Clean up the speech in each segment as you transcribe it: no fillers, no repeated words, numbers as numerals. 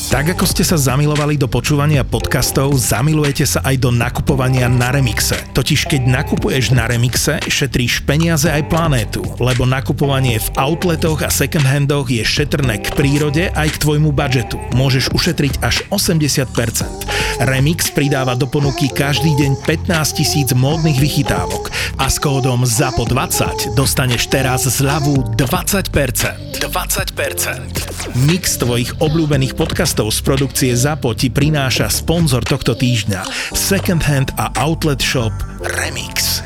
Tak ako ste sa zamilovali do počúvania podcastov, zamilujete sa aj do nakupovania na Remixe. Totiž keď nakupuješ na Remixe, šetríš peniaze aj planétu, lebo nakupovanie v outletoch a second handoch je šetrné k prírode aj k tvojmu budžetu. Môžeš ušetriť až 80%. Remix pridáva do ponuky každý deň 15 000 módnych vychytávok a s kódom ZAPO20 dostaneš teraz zľavu 20%. 20%. Mix tvojich obľúbených podcastov z produkcie ZAPO ti prináša sponzor tohto týždňa. Second hand a outlet shop Remix.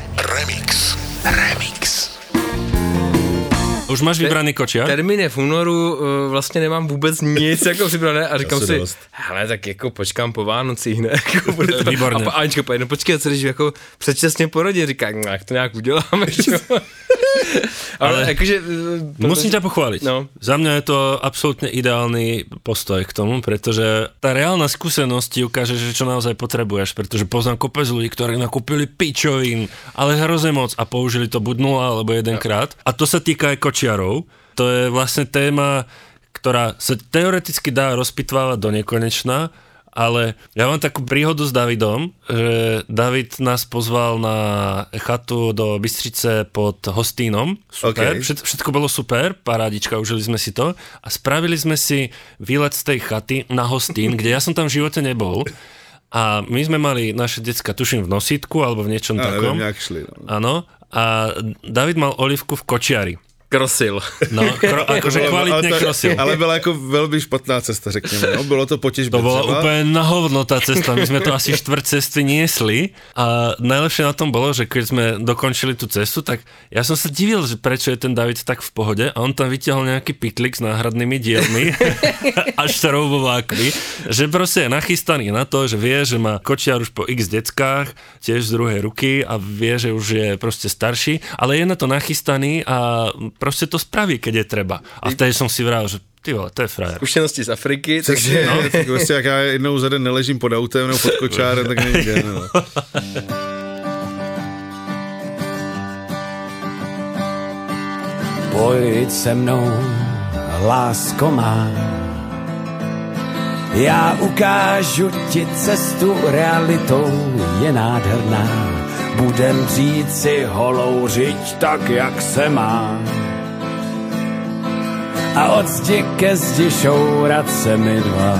Už máš vybraný kočiar? Termín je v únoru, vlastně nemám vůbec nic jako připravené a říkám si, hele, tak jako počkám po Vánocích, ne? Jako bude to, výborně. A Anička poje, no počkej, co když jako předčasně porodí, říká, no jak to nějak uděláme, čo? Ale jakože... Musím ťa pochváliť. No. Za mňa je to absolútne ideálny postoj k tomu, pretože tá reálna skúsenosť ti ukáže, že čo naozaj potrebuješ, pretože poznám kopec ľudí, ktorí nakúpili pičovín, ale hrozne moc a použili to buď 0 alebo jedenkrát. A to sa týka aj kočiarov. To je vlastne téma, ktorá sa teoreticky dá rozpitvávať do nekonečna, ale ja mám takú príhodu s Davidom, že David nás pozval na chatu do Bystrice pod Hostínom. Super, okay. Všetko bolo super, parádička, užili sme si to a spravili sme si výlet z tej chaty na Hostín, kde ja som tam v živote nebol. A my sme mali naše decka, tuším, v nosítku alebo v niečom takom. Neviem, jak šli. No. Áno. A David mal Olivku v kočiari. Krosil. No, akože kvalitne krosil. Ale byla jako velmi špatná cesta, řekněme. No. Bylo to po těžbě. To bola úplne na hovno tá cesta. My sme to asi štvrť cesty niesli a najlepšie na tom bolo, že keď sme dokončili tú cestu, tak ja som sa divil, že prečo je ten David tak v pohode a on tam vytiahol nejaký pitlik s náhradnými dielmi a šrobovákmi, že proste je nachystaný na to, že vie, že má kočiar už po x deckách, tiež z druhej ruky a vie, že už je proste starší, ale je na to nachystaný a proste to spraví, keď je treba. A vtedy som si vral, že ty vole, to je frajer. Zkušenosti z Afriky, takže... No, tak vlastně jak já jednou za den neležím pod autem nebo pod kočárem, tak nejde. No. Pojď se mnou, lásko má, já ukážu ti cestu, realitou je nádherná. Budem říct si holou řiď tak, jak se má. A od zdi ke zdi šourat se mi dva.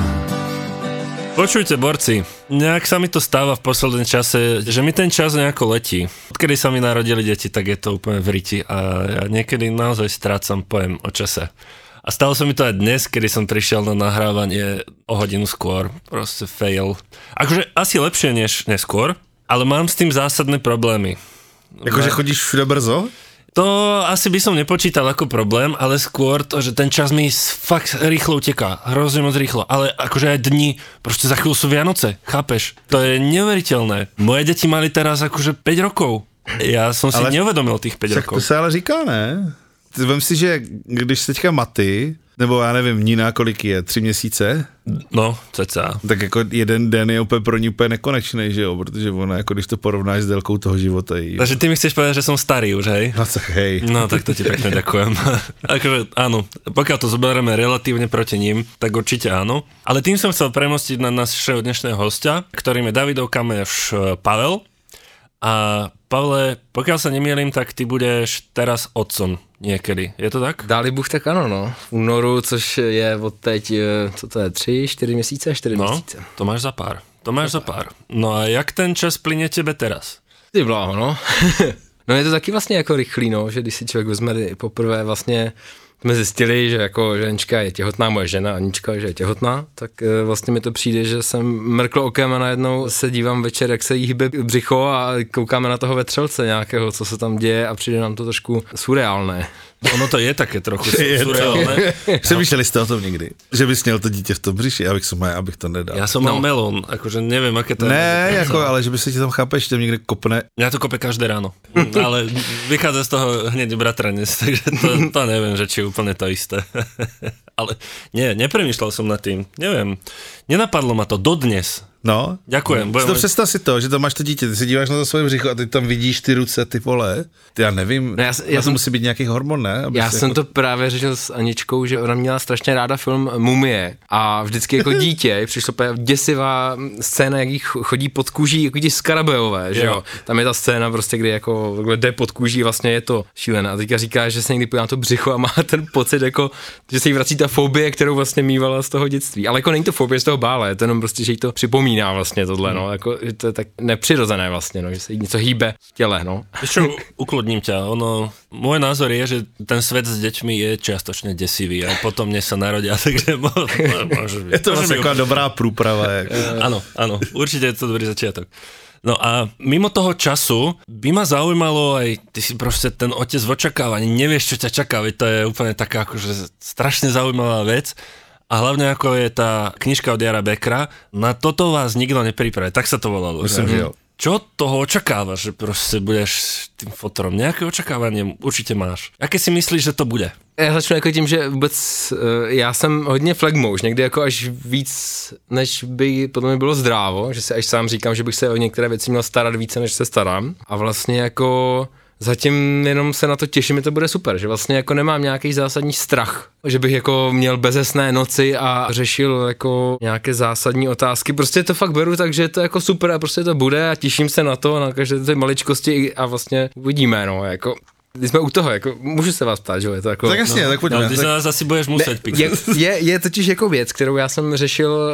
Počujte, borci, nejak sa mi to stáva v poslednom čase, že mi ten čas nejako letí. Odkedy sa mi narodili deti, tak je to úplne v riti a ja niekedy naozaj strácam pojem o čase. A stalo sa mi to aj dnes, kedy som prišiel na nahrávanie o hodinu skôr. Proste fail. Akože asi lepšie než neskôr, ale mám s tým zásadné problémy. Jakože chodíš všude brzo? To asi by som nepočítal ako problém, ale skôr to, že ten čas mi fakt rýchlo uteká. Hrozne moc rýchlo. Ale akože aj dni, proste za chvíľu sú Vianoce, chápeš? To je neuveriteľné. Moje deti mali teraz akože 5 rokov. Ja som si neuvedomil tých 5 rokov. To se ale říká, ne? Vem si, že když se teďka Maty, nebo já nevím, Nina, kolik je, 3 měsíce? No, cca. Tak jako jeden den je úplně pro ní úplně nekonečný, že jo, protože ona, jako když to porovnáš s délkou toho života. Takže ty mi chceš povedať, že som starý už, hej? No tak hej. No tak to ti pekne ďakujem. Akože áno, pokiaľ to zoberieme relatívne proti ním, tak určite áno. Ale tým som chcel premostiť na našeho dnešného hostia, ktorým je Davidov kamoš Pavel. A Pavle, pokiaľ sa nemýlim, tak ty budeš teraz otcom někdy. Je to tak? Dáli Bůh, tak ano, no. V únoru, což je od teď, co to je, 3-4 měsíce? 4 měsíce. To máš za pár. Za pár. No a jak ten čas plyne tebe teraz? Ty bláho, no. No je to taky vlastně jako rychlý, no, že když si člověk vezme poprvé vlastně, jsme zjistili, že jako Anička je těhotná, moje žena Anička, že je těhotná, tak vlastně mi to přijde, že jsem mrkl okem a najednou se dívám večer, jak se jí hýbe břicho a koukáme na toho vetřelce nějakého, co se tam děje a přijde nám to trošku surreálné. Ono to je také trochu surreálne. Přemýšleli jste o tom někdy? Že bys měl to dítě v tom břiši, abych to nedal. Ja som mal melón, akože neviem, aké to je. Ne, jako, ale že by se ti tam, chápeš, tam někde kopne. Mňa to kope každé ráno, ale vychádza z toho hneď bratranec, takže to neviem, že či je úplne to isté. Ale nie, nepremýšľal som nad tým, neviem. Nenapadlo ma to dodnes. No. Ďakujem. Představ si to, že to máš to dítě, ty si díváš na to svoje břicho a ty tam vidíš ty ruce, ty vole. Ty já nevím, já to musí být nějaký hormon, ne? Já jsem to právě řešil s Aničkou, že ona měla strašně ráda film Mumie a vždycky jako dítě přišlo děsivá scéna, jak jí chodí pod kůží jako ti skarabejové, že jo. Tam je ta scéna prostě, kdy jako jde pod kůží, vlastně je to šílené. A teďka říká, že se někdy podívá na to břicho a má ten pocit jako, že se jí vrací ta fobie, kterou vlastně mívala z toho dětství. Ale jako není to fobie z toho bále, je to jenom prostě, že jí to připomíná vlastně tohle, no, jako, že to je tak nepřirozené vlastně, no, že se jí něco hýbe v těle, no. Čo, uklodním ťa, môj názor je, že ten svet s deťmi je čiastočne desivý a potom mne sa narodia, takže môže byť. Je to vlastne taková dobrá prúprava. Áno, určite je to dobrý začiatok. No a mimo toho času by ma zaujímalo aj, ty si proste ten otec v očakávaní, nevieš, čo ťa čaká, veď to je úplne taká akože strašne zaujímavá vec. A hlavne ako je tá knižka od Jara Beckera, na toto vás nikto nepripraví, tak sa to volalo. Myslím, že jo. Čo toho očakávaš, že proste budeš tým fotorom? Nejaké očakávanie určite máš. Aké si myslíš, že to bude? Já začnu jako tím, že vůbec já jsem hodně flegmouš, někdy jako až víc, než by podle mě bylo zdrávo, že si až sám říkám, že bych se o některé věci měl starat více, než se starám. A vlastně jako zatím jenom se na to těším, že to bude super, že vlastně jako nemám nějaký zásadní strach, že bych jako měl bezesné noci a řešil jako nějaké zásadní otázky, prostě to fakt beru, takže je to jako super a prostě to bude a těším se na to, na každé ty maličkosti a vlastně uvidíme, no, jako když jsme u toho, jako, můžu se vás ptát, že je to jako... Tak jasně, tak pojďme. No, ty se nás asi budeš muset píkat. Je totiž jako věc, kterou já jsem řešil,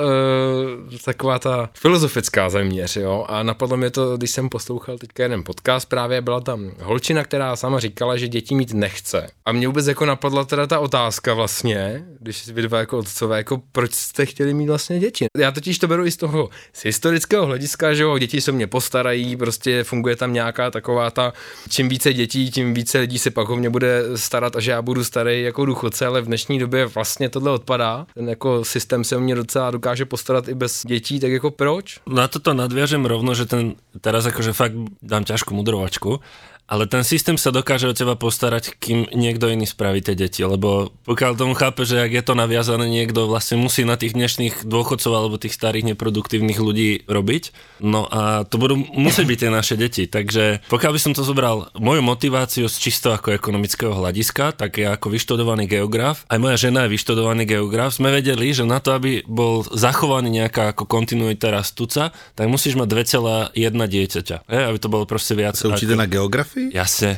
taková ta filozofická zaměř, jo, a napadlo mě to, když jsem poslouchal teďka jeden podcast, právě byla tam holčina, která sama říkala, že děti mít nechce. A mě vůbec jako napadla teda ta otázka vlastně, když vy dva jako otcové, jako proč jste chtěli mít vlastně děti? Já totiž to beru i z toho z historického hlediska, že jo, děti se mě postarají, prostě funguje tam nějaká taková ta, čím více dětí, tím více lidí se pak o mě bude starat a že já budu starý jako důchodce, ale v dnešní době vlastně tohle odpadá. Ten jako systém se o mě docela dokáže postarat i bez dětí, tak jako proč? Na toto nadviažem rovno, že ten, teraz akože fakt dám ťažkú mudrovačku, ale ten systém sa dokáže o teba postarať, kým niekto iný spraví tie deti, lebo pokiaľ tomu chápe, že ak je to naviazané, niekto vlastne musí na tých dnešných dôchodcov alebo tých starých neproduktívnych ľudí robiť, no a to budú musieť byť tie naše deti, takže pokiaľ by som to zobral moju motiváciu z čisto ako ekonomického hľadiska, tak ja ako vyštudovaný geograf, aj moja žena je vyštudovaný geograf, sme vedeli, že na to, aby bol zachovaný nejaká ako kontinuita rastúca, tak musíš mať 2,1 dieťaťa, aby to bolo proste viac. Sa učíte na geografii? Jasne,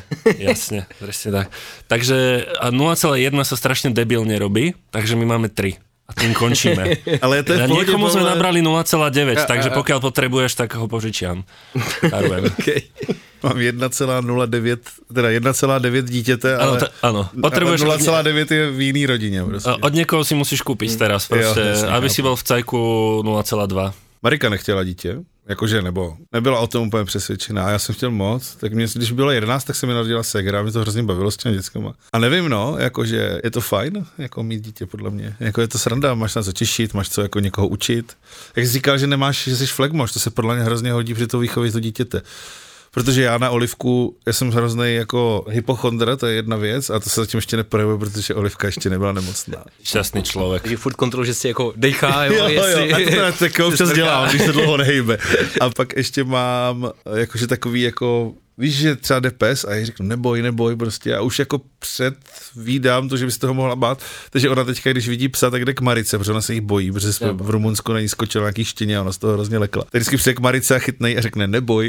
presne tak. Takže 0,1 sa strašne debilne robí, takže my máme 3. A tým končíme. Ale to je v pohodě, niekomu sme nabrali 0,9, takže pokiaľ potrebuješ, tak ho požičiam. Okay. Mám 1,09, teda 1,9 dítěte, ale ano, potrebuješ 0,9 je v jiný rodině. Prostě. Od niekoho si musíš kúpiť teraz, proste, jo, aby si bol v cajku 0,2. Marika nechtěla dítě, jakože nebo nebyla o tom úplně přesvědčená, já jsem chtěl moc, tak mě, když bylo 11, tak se mi narodila ségra, mě to hrozně bavilo s těmi dětskama. A nevím, no, jakože je to fajn, jako mít dítě podle mě, jako je to sranda, máš na co těšit, máš co jako někoho učit. Jak jsi říkal, že nemáš, že jsi flegmoš, to se podle mě hrozně hodí při to výchově to dítěte. Protože já na Olivku, já jsem hroznej jako hypochondra, to je jedna věc, a to se zatím ještě neprojevuje, protože Olivka ještě nebyla nemocná. Šťastný člověk. Takže furt kontrol, že si jako dejchá, jo, jestli... Jo, a to tak občas dělám, když se dlouho nehejbe. A pak ještě mám jakože takový jako... Víš, že třeba jde pes a já řeknu neboj prostě a už jako předvídám to, že by se toho mohla bát, takže ona teďka, když vidí psa, tak jde k Marice, protože ona se jí bojí, protože jsme v Rumunsku na ní skočila nějaký štěně a ona z toho hrozně lekla. Tak vždycky přijde k Marice a chytne jí a řekne neboj.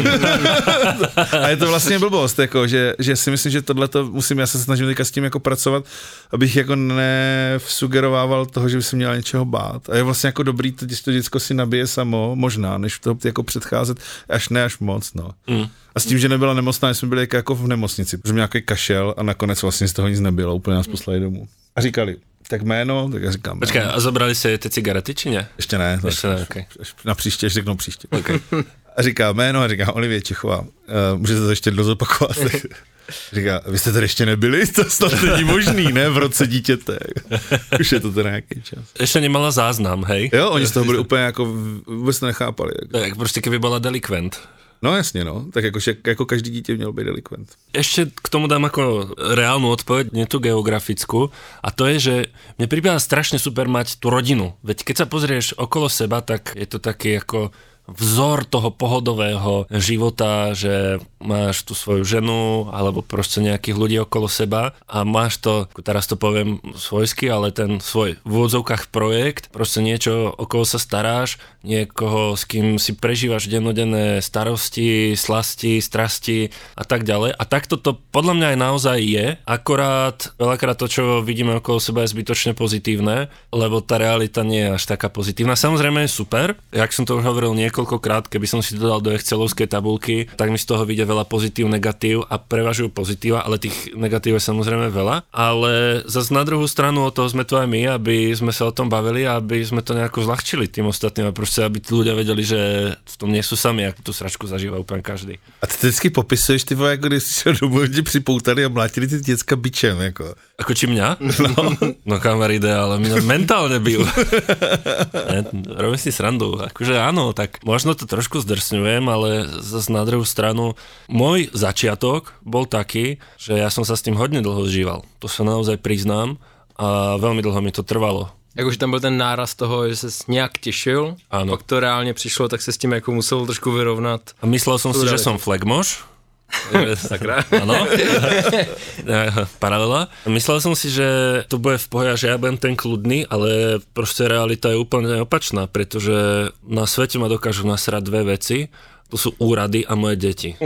A je to vlastně blbost, jako, že si myslím, že tohleto musím, já se snažím teďka s tím jako pracovat, abych jako nevsugerovával toho, že by se měla něčeho bát. A je vlastně jako dobrý, to děcko si nabije samo, možná, než to jako předcházet, až moc, no. A s tím, že nebyla nemocná, jsme byli jako v nemocnici, protože měl nějaký kašel a nakonec vlastně z toho nic nebylo, úplně nás poslali domů. A říkali, tak jméno, tak já říkám. Počkej, a zobrali se ty cigarety, či ne? Ještě ne, okay. Na příště, až řeknou příště. Okay. A říká jméno a říká Olivie Čechová, můžete to ještě jednou zopakovat. Říká, vy jste tady ještě nebyli? To snad není možný, ne? V roce dítěte. Už je to teda nějaký čas. Ještě nemala záznam, hej? Jo, oni z toho byli úplně jako, vůbec to nechápali. Tak prostě keby byla delikvent. No jasně, no. Tak jako každý dítě měl být delikvent. Ešte k tomu dám ako reálnu odpoveď, nie tú geografickú, a to je, že mne prípada strašne super mať tú rodinu. Veď keď sa pozrieš okolo seba, tak je to taký ako vzor toho pohodového života, že máš tú svoju ženu alebo proste nejakých ľudí okolo seba a máš to, teraz to poviem svojsky, ale ten svoj v úvodzovkách projekt, proste niečo, okolo sa staráš, niekoho, s kým si prežívaš dennodenné starosti, slasti, strasti a tak ďalej. A takto to podľa mňa aj naozaj je, akorát veľakrát to, čo vidíme okolo seba, je zbytočne pozitívne, lebo tá realita nie je až taká pozitívna. Samozrejme je super, jak som to už hovoril niekoľkokrát, keby som si to dal do excelovskej tabulky, tak mi z toho vyjde veľa pozitív, negatív a prevažujú pozitíva, ale tých negatív je samozrejme veľa. Ale zase na druhú stranu o toho sme tu aj my, aby sme sa o tom bavili a aby sme to nejako zľahčili tým ostatným a proste aby tí ľudia vedeli, že v tom nie sú sami, ako tú sračku zažíva úplne každý. A ty vždycky popisuješ, ty vole, jako když si domů ti připoutali a mlátili ty děcka bičem, jako. Ako či mňa? No kamaride, ale mňa mentálne bil. Robím si srandu. Akože áno, tak možno to trošku zdrsňujem, ale zase na druhú stranu môj začiatok bol taký, že ja som sa s tým hodne dlho zžíval. To sa naozaj priznám a veľmi dlho mi to trvalo. Jakože tam byl ten náraz toho, že ses nějak těšil, pak to reálně přišlo, tak se s tím jako musel trošku vyrovnat. A myslel som si, že som flagmoš. Sakra. Áno. Paralela. Myslel som si, že to bude v pohode, že ja budem ten kľudný, ale proste realita je úplne opačná, pretože na svete ma dokážu nasrať dve veci. To sú úrady a moje deti.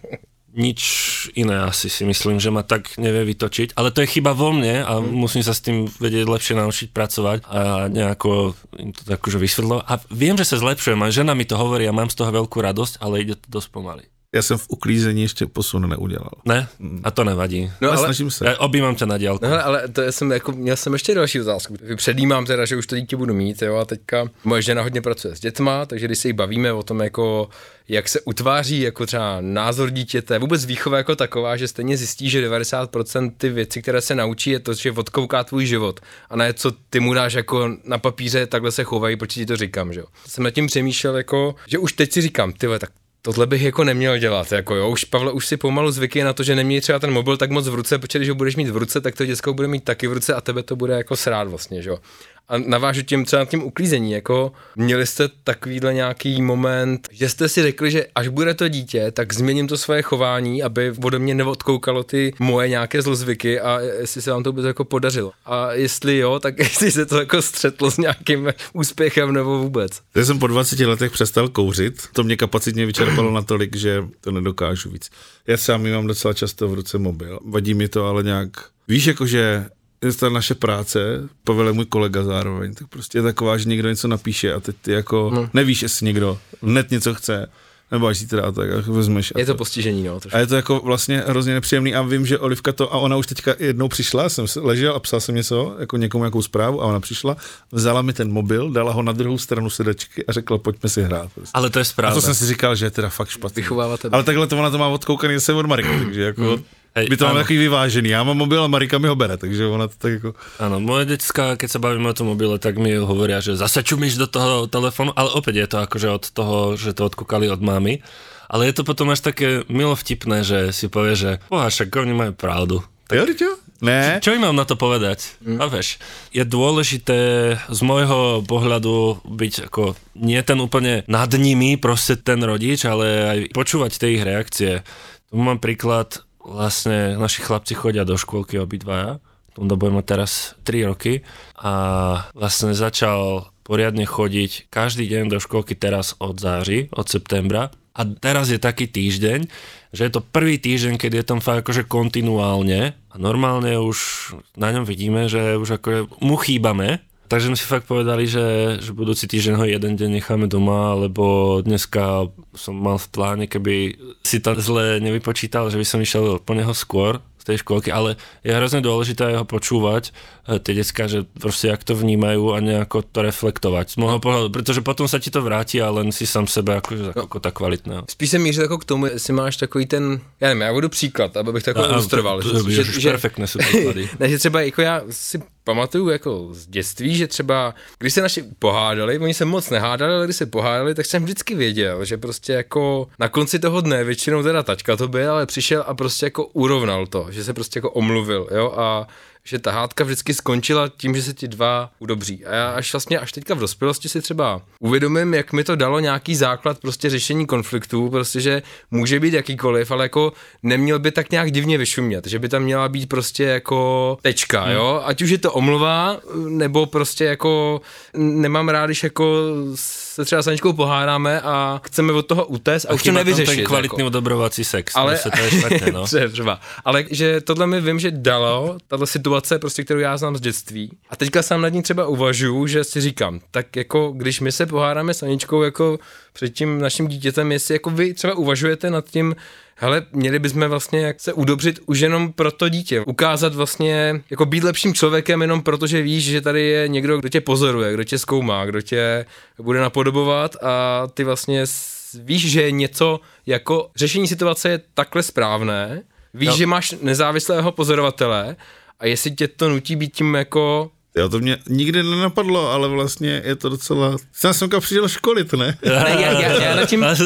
Nič iné asi si myslím, že ma tak nevie vytočiť, ale to je chyba vo mne a musím sa s tým vedieť lepšie naučiť pracovať a nejako im to akože vysvetľovať. A viem, že sa zlepšujem a žena mi to hovorí a mám z toho veľkú radosť, ale ide to dosť pomaly. Já jsem v uklízení ještě posun neudělal. Ne? A to nevadí. No, ale snažím se. Já objímám tě na diálku. No, ale to jsem jako, měl jsem ještě další otázku. Předjímám teda, že už to dítě budu mít, jo, a teďka moje žena hodně pracuje s dětma, takže když se jí bavíme o tom, jako, jak se utváří jako třeba názor dítěte, vůbec výchova jako taková, že stejně zjistí, že 90% ty věci, které se naučí, je to, že odkouká tvůj život. A ne co ty mu dáš jako na papíře, takhle se chovají, proč ti to říkám, že jo. Jsem nad tím přemýšlel, jako, že už teď si říkám, tyhle, tak tohle bych jako neměl dělat, jako jo, už Pavle, už si pomalu zvyky na to, že neměj třeba ten mobil tak moc v ruce, protože když ho budeš mít v ruce, tak to děcko bude mít taky v ruce a tebe to bude jako srát vlastně, že jo. A navážu tím třeba tím uklízení, jako měli jste takovýhle nějaký moment, že jste si řekli, že až bude to dítě, tak změním to svoje chování, aby ode mě neodkoukalo ty moje nějaké zlozvyky a jestli se vám to vůbec jako podařilo. A jestli jo, tak jestli se to jako střetlo s nějakým úspěchem nebo vůbec. Já jsem po 20 letech přestal kouřit, to mě kapacitně vyčerpalo natolik, že to nedokážu víc. Já sám mám docela často v ruce mobil, vadí mi to ale nějak, víš, jakože ta naše práce, povede můj kolega zároveň, tak prostě je taková, že někdo něco napíše a teď ty jako nevíš, jestli někdo hned něco chce, nebo až si teda tak vezmeš. Je to postižení, no. Trošku. A je to jako vlastně hrozně nepříjemný a vím, že Olivka to, a ona už teďka jednou přišla, jsem ležel a psal jsem něco, jako někomu jakou zprávu a ona přišla, vzala mi ten mobil, dala ho na druhou stranu sedačky a řekla, pojďme si hrát. Prostě. Ale to je správné. A to jsem si říkal, že je teda fakt špatný. Vychovává tebe. Ale takhle to ona to má odkoukaný zase od Mariky, takže jako... By to mám takový vyvážený, já mám mobil a Marika mi ho bere, takže ona to tak jako... Áno, moje decka, keď sa bavíme o tom mobile, tak mi hovoria, že zase čumíš do toho telefónu, ale opäť je to akože od toho, že to odkúkali od mámy, ale je to potom až také milo vtipné, že si povie, že však oni majú pravdu. Tak, jo? Ne. Čo im mám na to povedať? A vieš, je dôležité z môjho pohľadu byť ako nie ten úplne nad nimi, proste ten rodič, ale aj počúvať tie ich reakcie. Tu mám príklad. Vlastne naši chlapci chodia do škôlky obidvaja, tom dobu má teraz 3 roky a vlastne začal poriadne chodiť každý deň do škôlky teraz od září, od septembra a teraz je taký týždeň, že je to prvý týždeň, keď je tam fakt akože kontinuálne a normálne už na ňom vidíme, že už akože mu chýbame. Takže sme si fakt povedali, že budúci týždeň ho jeden deň necháme doma, lebo dneska som mal v pláne, keby si to zle nevypočítal, že by som išiel po neho skôr z tej škôlky, ale je hrozne dôležité ho počúvať, tie decká, že proste jak to vnímajú a nejako to reflektovať z môjho pohľadu, pretože potom sa ti to vráti a len si sám sebe akože tak kvalitného. Spíš se míří jako k tomu, jestli máš takový ten, já budu příklad, abych to jako ilustroval. Perfektné sú príklady. Ne, že třeba jako já si pamatuju jako z dětství, že třeba, když se naši pohádali, oni se moc nehádali, ale když se pohádali, tak jsem vždycky věděl, že prostě jako na konci toho dne, většinou teda taťka to byl, ale přišel a prostě jako urovnal to, že se prostě jako omluvil, jo, a že ta hádka vždycky skončila tím, že se ti dva udobří. A já až teďka v dospělosti si třeba uvědomím, jak mi to dalo nějaký základ prostě řešení konfliktů, prostě, že může být jakýkoliv, ale jako neměl by tak nějak divně vyšumět, že by tam měla být prostě jako tečka, jo, ať už je to omluva, nebo prostě jako nemám rád, když jako se třeba s Aničkou pohádáme a chceme od toho utéct a už to nevyřešit. Ten kvalitný jako odobrovací sex, ale to je špatně, no. třeba. Ale že tohle mi vím, že dalo, tato situace, prostě, kterou já znám z dětství. A teďka sám nad ní třeba uvažuju, že si říkám, tak jako když my se pohádáme s Aničkou jako před tím naším dítětem, jestli jako vy třeba uvažujete nad tím, hele, měli bychom vlastně jak se udobřit už jenom pro to dítě. Ukázat vlastně, jako být lepším člověkem jenom proto, že víš, že tady je někdo, kdo tě pozoruje, kdo tě zkoumá, kdo tě bude napodobovat a ty vlastně víš, že něco jako řešení situace je takhle správné, víš, že máš nezávislého pozorovatele a jestli tě to nutí být tím jako... Jo, to mě nikdy nenapadlo, ale vlastně je to docela... Jsem semka přišel školit, ne? Já na tím...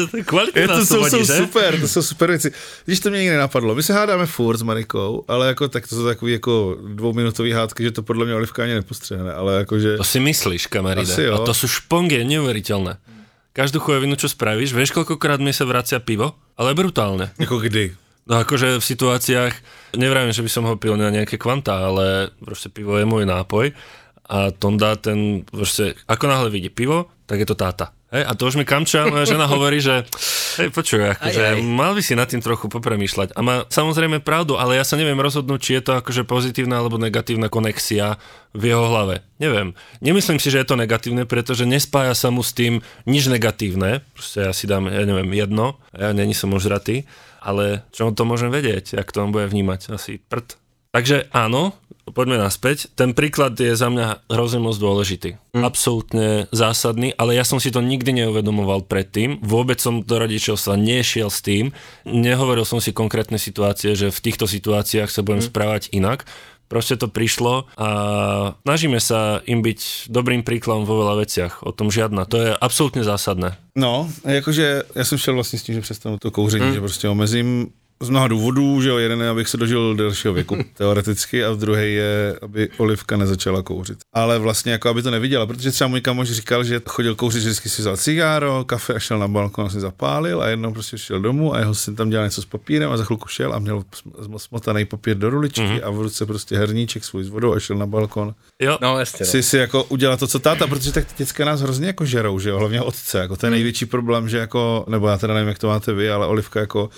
To jsou super věci. Když to mě nikdy nenapadlo. My se hádáme furt s Marikou, ale jako tak to jsou takový jako 2minutový hádky, že to podle mě Olivka ani nepostřehne, ale jakože... To si myslíš, kamaride. A to sú špongy, neuveriteľné. Každú chujovinu, čo spravíš, vieš, koľkokrát mi sa vracia pivo? Ale brutálne. Jako kdy? No akože v situáciách, nevravím, že by som ho pil na nejaké kvantá, ale proste pivo je môj nápoj a Tonda ten proste, ako náhle vidí pivo, tak je to táta. Hej, a to už mi Kamča, moja žena hovorí, že hej, počuj, akože mal by si nad tým trochu popremýšľať. A má samozrejme pravdu, ale ja sa neviem rozhodnúť, či je to akože pozitívna alebo negatívna konexia v jeho hlave. Neviem. Nemyslím si, že je to negatívne, pretože nespája sa mu s tým nič negatívne. Proste ja si dám, ja neviem, jedno, ja není som ožratý, ale čo to môžem vedieť, jak to on bude vnímať? Asi prd. Takže áno, poďme naspäť. Ten príklad je za mňa hrozne moc dôležitý. Absolútne zásadný, ale ja som si to nikdy neuvedomoval predtým. Vôbec som do rodičovstva nešiel s tým. Nehovoril som si konkrétne situácie, že v týchto situáciách sa budem správať inak. Proste to prišlo a snažíme sa im byť dobrým príkladom vo veľa veciach. O tom žiadna. To je absolútne zásadné. No, jakože já jsem šel vlastně s tím, že přestanu to kouření, že prostě omezím z mnoha důvodů, že jo, jeden je, abych se dožil delšího věku, teoreticky, a druhý je, aby Olivka nezačala kouřit. Ale vlastně jako aby to neviděla, protože třeba můj kamoš říkal, že chodil kouřit, že vždycky si vzal cigáro, kafe a šel na balkon a si zapálil a jednou prostě šel domů a jeho syn tam dělal něco s papírem a za chvilku šel a měl smotaný papír do ruličky a v ruce prostě hrníček svůj s vodou a šel na balkon. Jo, no jasně. Si jako udělat to, co táta, protože tak ty děcka nás hrozně jako žerou, že jo, hlavně otce, jako to je největší problém, že jako, nebo já teda nevím, jak to máte vy, ale Olivka jako,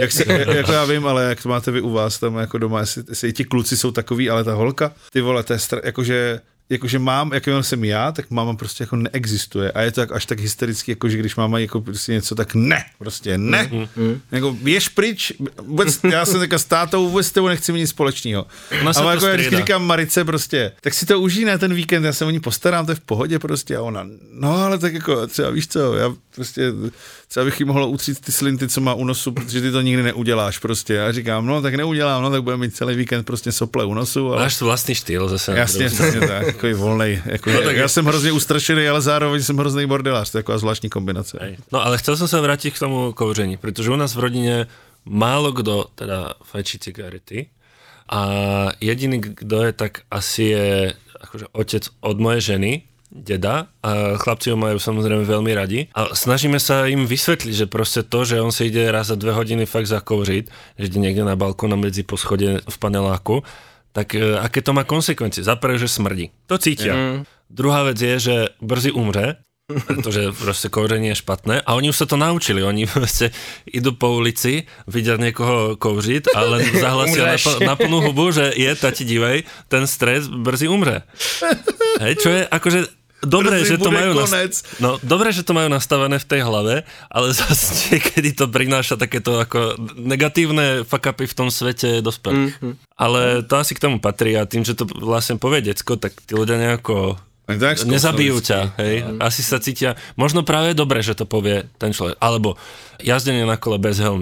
jako já vím, ale jak to máte vy u vás tam jako doma, jestli i ti kluci jsou takový, ale ta holka, ty vole, to je jakože mám, jakým jsem já, tak máma prostě jako neexistuje a je to až tak hysterický, jakože když máma jako prostě něco, tak ne, prostě ne, jako běž pryč, vůbec, já jsem taková s tátou, vůbec s tebou nechci mít nic společného. Ale jako já vždycky říkám Marice prostě, tak si to užij na ten víkend, já se o ní postarám, to je v pohodě prostě a ona, no ale tak jako třeba víš co, já prostě třeba bych jí mohla utřít ty slinty, co má u nosu, protože ty to nikdy neuděláš prostě. Já říkám, no tak neudělám, no tak budeme mít celý víkend prostě sople u nosu. Ale... Máš to vlastní štýl zase. Jasně, tak, takový volnej. Jako, no, tak já jsem hrozně ustrašený, ale zároveň jsem hrozný bordelář, to je taková zvláštní kombinace. No ale chcel som sa vrátiť k tomu kouření, pretože u nás v rodine málo kdo teda fajčí cigarety a jediný, kdo je, tak asi je akože otec od mojej ženy, deda, a chlapci ho majú samozrejme veľmi radi a snažíme sa im vysvetliť, že proste to, že on si ide raz za 2 hodiny fakt zakouřiť, že ide niekde na balkón a medzi po schode v paneláku, tak aké to má konsekvencie? Za prvé, že smrdí. To cítia. Druhá vec je, že brzy umře, pretože proste kouřenie je špatné a oni už sa to naučili. Oni proste idú po ulici, vidia niekoho kouřiť a len zahlasia na plnú hubu, že je, tati, divej, ten stres brzy umře. Hej, čo je akože dobre, že to majú dobre, že to majú nastavené v tej hlave, ale zase niekedy to prináša takéto ako negatívne fuck-upy v tom svete dospelých. Ale to asi k tomu patrí a tým, že to vlastne povie decko, tak tí ľudia nejako nezabijú ťa, hej. Asi sa cítia, možno práve dobre, že to povie ten človek. Alebo jazdenie na kole bez helmy.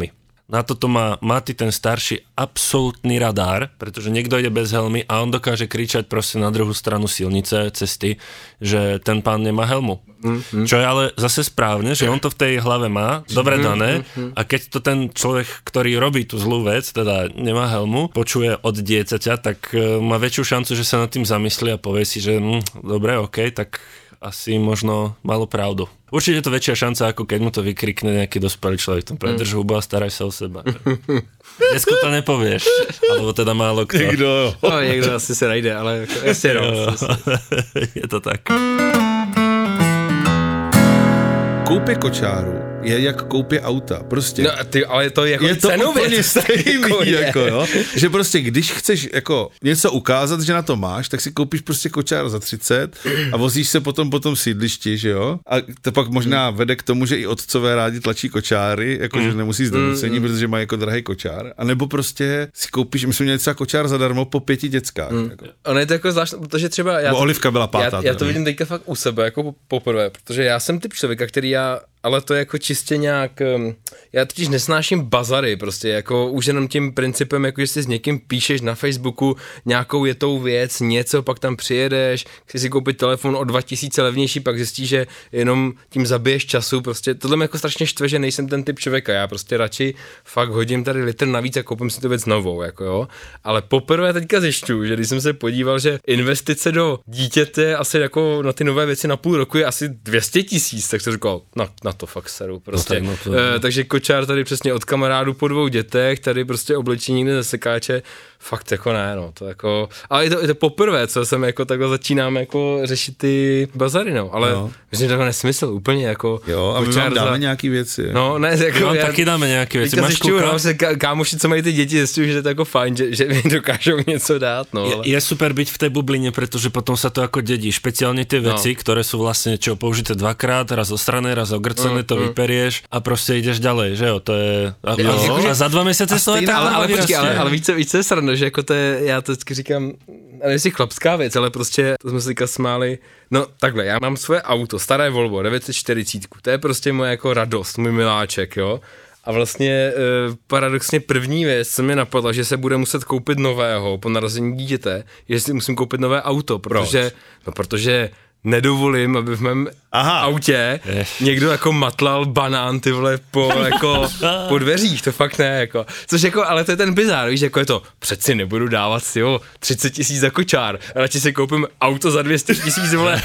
Na toto má Mati ten starší absolútny radár, pretože niekto ide bez helmy a on dokáže kričať proste na druhú stranu silnice, cesty, že ten pán nemá helmu. Čo je ale zase správne, že on to v tej hlave má dobre dané a keď to ten človek, ktorý robí tú zlú vec, teda nemá helmu, počuje od dieťaťa, tak má väčšiu šancu, že sa nad tým zamyslí a povie si, že dobre, okej, tak asi možno malo pravdu. Určite je to väčšia šanca, ako keď mu to vykrikne nejaký dospelý človek. Drž hubu a staraj sa o seba. Dnesku to nepovieš, alebo teda málo kto. Niekto asi sa najde, ale ešte Je to tak. Koupě kočáru je jak koupě auta, prostě. No, ale to je jako je to úplně stejný, jako jo. Že prostě, když chceš jako něco ukázat, že na to máš, tak si koupíš prostě kočár za 30 a vozíš se potom po tom sídlišti, že jo. A to pak možná vede k tomu, že i otcové rádi tlačí kočáry, jakože nemusí z donucení, protože mají jako drahý kočár. A nebo prostě si koupíš, my jsme měli třeba kočár zadarmo po 5 dětskách. Jako. Ono je to jako zvláštní, protože třeba Olivka byla pátá. Já to vidím teďka fakt u sebe, jako poprvé, protože já jsem typ člověka, který ale to je jako čistě nějak, já totiž nesnáším bazary prostě, jako už jenom tím principem, jako že si s někým píšeš na Facebooku nějakou jetou věc, něco, pak tam přijedeš, chci si koupit telefon o 2000 levnější, pak zjistíš, že jenom tím zabiješ času, prostě tohle mě jako strašně štve, že nejsem ten typ člověka, já prostě radši fakt hodím tady litr navíc a koupím si tu věc novou, jako jo, ale poprvé teďka zjišťuju, že když jsem se podíval, že investice do dítěte asi jako na ty nové věci na půl roku je asi 200 000, tak jsem říkal, na to fakt seru, prostě. Takže kočár tady přesně od kamarádu po 2 dětech, tady prostě oblečení někde ze sekáče, fakt jako ne, no, to jako, ale je to poprvé, co jsem jako takhle začínám jako řešit ty bazary, no, ale myslím, že to nesmysl, úplně jako. Jo, a my vám dáme nějaký věci. No, ne, jako já taky dáme nějaké věci. Máš kámoši, co mají ty děti, zjišťují, že to je jako fajn, že mi dokážou něco dát, no. Ale... Je super byť v tej bubline, pretože potom sa to ako dedí, špeciálne tie veci, ktoré sú vlastne použité dvakrát, raz ostrané, raz ogrcené, to vyperieš a prostě ideš ďalej, že jo, to je... A za 2 měsíce to je tak. Ale více je sranda, že jako to je, já to vždycky říkám, ale jestli chlapská věc, ale prostě to jsme si teďka smáli. No takhle, já mám svoje auto, staré Volvo, 940, to je prostě moje jako radost, můj miláček, jo. A vlastně paradoxně první věc, co mě napadla, že se bude muset koupit nového po narození dítěte, že si musím koupit nové auto, protože nedovolím, aby v mém autě někdo jako matlal banán, ty vole, po dveřích, to fakt ne, jako. Což jako, ale to je ten bizár, víš, jako je to, přeci nebudu dávat, 30 000 za kočár, radši si koupím auto za 200 000, vole,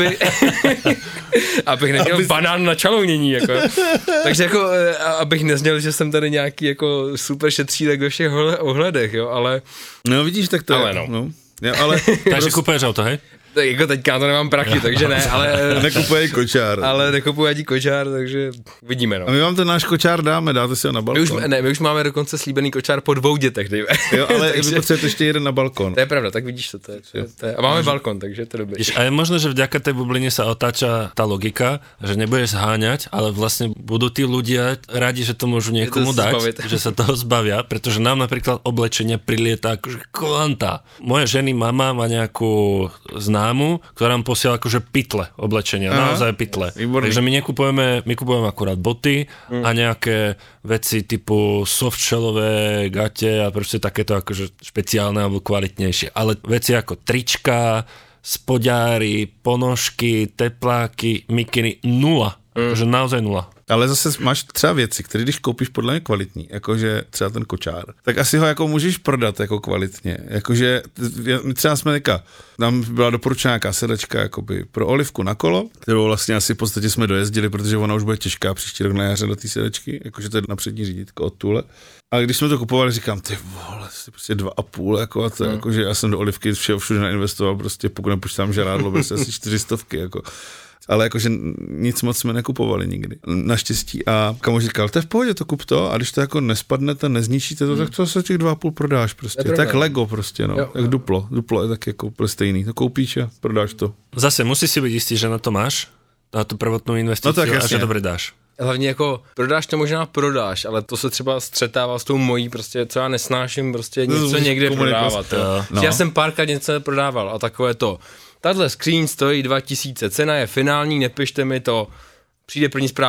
abych neměl banán na čalounění, jako. Takže jako, abych nezněl, že jsem tady nějaký jako super šetřílek ve všech ohledech, jo, ale... No vidíš, tak to ale je, no. Ale takže kupuješ auto, hej? Jako teďka to nemám prachy, takže ne, ale... Nekupuje kočár. Ale nekupuje ani kočár, takže vidíme, no. A my vám ten náš kočár dáte si ho na balkon. My už máme dokonce slíbený kočár po 2 dětech, dejme. Jo, ale vy potřebujete ještě jeden na balkon. To je pravda, tak vidíš to je. A máme balkon, takže to je dobré. A je možné, že vďaka tej bubline sa otáča tá logika, že nebudeš zháňať, ale vlastne budú tí ľudia radi, že to môžu niekomu dať, že sa toho zbavia, pretože nám napríklad oblečenie prilieta akože kvanta. Moja ženy mama má nejakú známu, ktorá nám posiela akože pytle oblečenia, naozaj pytle. Výborný. Takže my kupujeme akurát boty a nejaké veci typu softshellové gate a proste takéto akože špeciálne alebo kvalitnejšie. Ale veci ako trička, spodiáry, ponožky, tepláky, mikiny, 0. Takže naozaj 0. Ale zase máš třeba věci, které když koupíš podle mě kvalitní, jakože třeba ten kočár, tak asi ho jako můžeš prodat jako kvalitně, jakože třeba jsme nám byla doporučená nějaká sedačka jakoby pro Olivku na kolo, kterou vlastně asi v podstatě jsme dojezdili, protože ona už bude těžká příští rok na jaře do té sedačky, jakože to je na přední řídítko od Tule. A když jsme to kupovali, říkám, ty vole, prostě 2,5, jako a to jakože já jsem do Olivky všude nainvestoval, prostě pokud nepočítám žrádlo, prostě asi 400, jako. Ale jakože nic moc jsme nekupovali nikdy, naštěstí. A kamož říkal, to je v pohodě, to kup to, a když to jako nespadnete, nezničíte to, tak to se těch 2,5 prodáš prostě. Tak Lego prostě, no, jak duplo je tak jako stejný, to koupíš a prodáš to. Zase musíš si být jistý, že na to máš, na tu prvotnou investici a že dobře dáš. Hlavně jako prodáš to možná prodáš, ale to se třeba střetává s tou mojí, prostě co já nesnáším, prostě něco někde prodávat. No. Já jsem párkrát něco prodával a takové to. Tahle skříň stojí 2000, cena je finální, nepište mi to, přijde první zpráva.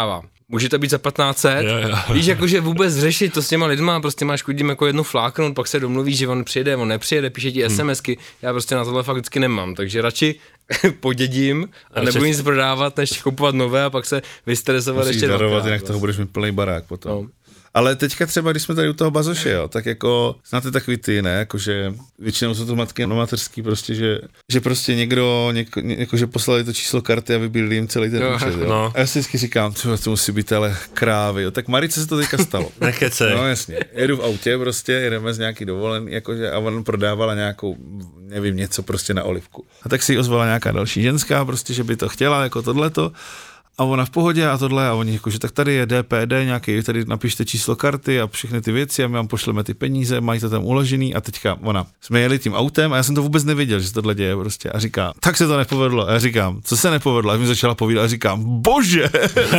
může to být za 1500, víš, jakože vůbec řešit to s těma lidma, prostě máš chudím jako jednu fláknout, pak se domluvíš, že on přijede, on nepřijede, píše ti SMSky, já prostě na tohle fakt vždycky nemám, takže radši podědím a nebudu nic prodávat, než kupovat nové a pak se vystresovat ještě darovat, jinak toho budeš mít plný barák potom. No. Ale teďka třeba, když jsme tady u toho Bazoše, jo, tak jako znáte takový ty, ne, jakože většinou jsou to matky mateřský prostě, že prostě někdo jakože poslali to číslo karty a vybílili jim celý ten účet, jo. No. A já si vždycky říkám, to musí být ale krávy, jo. Tak Marice se to teďka stalo. Nekecej. No jasně, jedu v autě prostě, jedeme z nějaký dovolený, jakože a on prodávala nějakou, nevím, něco prostě na olivku. A tak si ji ozvala nějaká další ženská prostě, že by to chtěla, jako tohleto. A ona v pohodě a tohle a oni jakože tak tady je DPD nějaký, tady napište číslo karty a všechny ty věci a my vám pošleme ty peníze, mají to tam uložený a teďka jsme jeli tím autem a já jsem to vůbec nevěděl, že se tohle děje prostě a říká, tak se to nepovedlo a já říkám, co se nepovedlo a mi začala povídat a říkám, bože,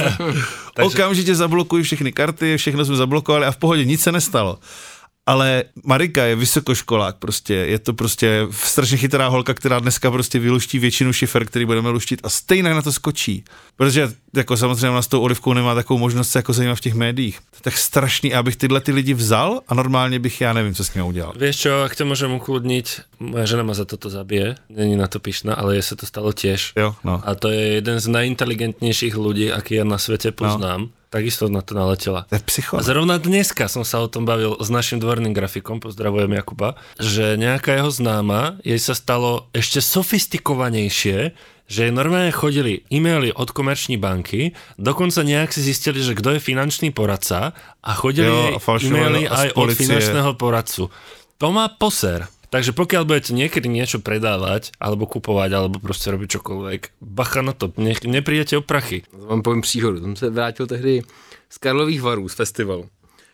okamžitě zablokuji všechny karty, všechno jsme zablokovali a v pohodě nic se nestalo. Ale Marika je vysokoškolák prostě, je to prostě strašně chytrá holka, která dneska prostě vyluští většinu šifer, který budeme luštit a stejně na to skočí. Protože jako samozřejmě ona s tou olivkou nemá takovou možnost se jako zajímat v těch médiích. To je tak strašný, abych tyhle ty lidi vzal a normálně bych, já nevím, co s ním udělal. Vieš čo, ak to môžem ukludniť, moja žena ma za toto zabije, není na to pyšná, ale je sa to stalo tiež. Jo, no. A to je jeden z najinteligentnejších ľudí, aký ja na svete poznám. No. Takisto na to naletela. To je psycho. A zrovna dneska som sa o tom bavil s našim dvorným grafikom, pozdravujem Jakuba, že nejaká jeho známa, jej sa stalo ešte sofistikovanejšie, že normálne chodili e-maily od Komerční banky, dokonca nejak si zistili, že kto je finančný poradca a chodili e-maily aj od finančného poradcu. To má poser. Takže pokiaľ budete niekedy niečo predávať, alebo kupovať, alebo proste robiť čokoľvek, bacha na to, neprídete o prachy. Vám povím příhodu, jsem se vrátil tehdy z Karlových Varů, z festivalu.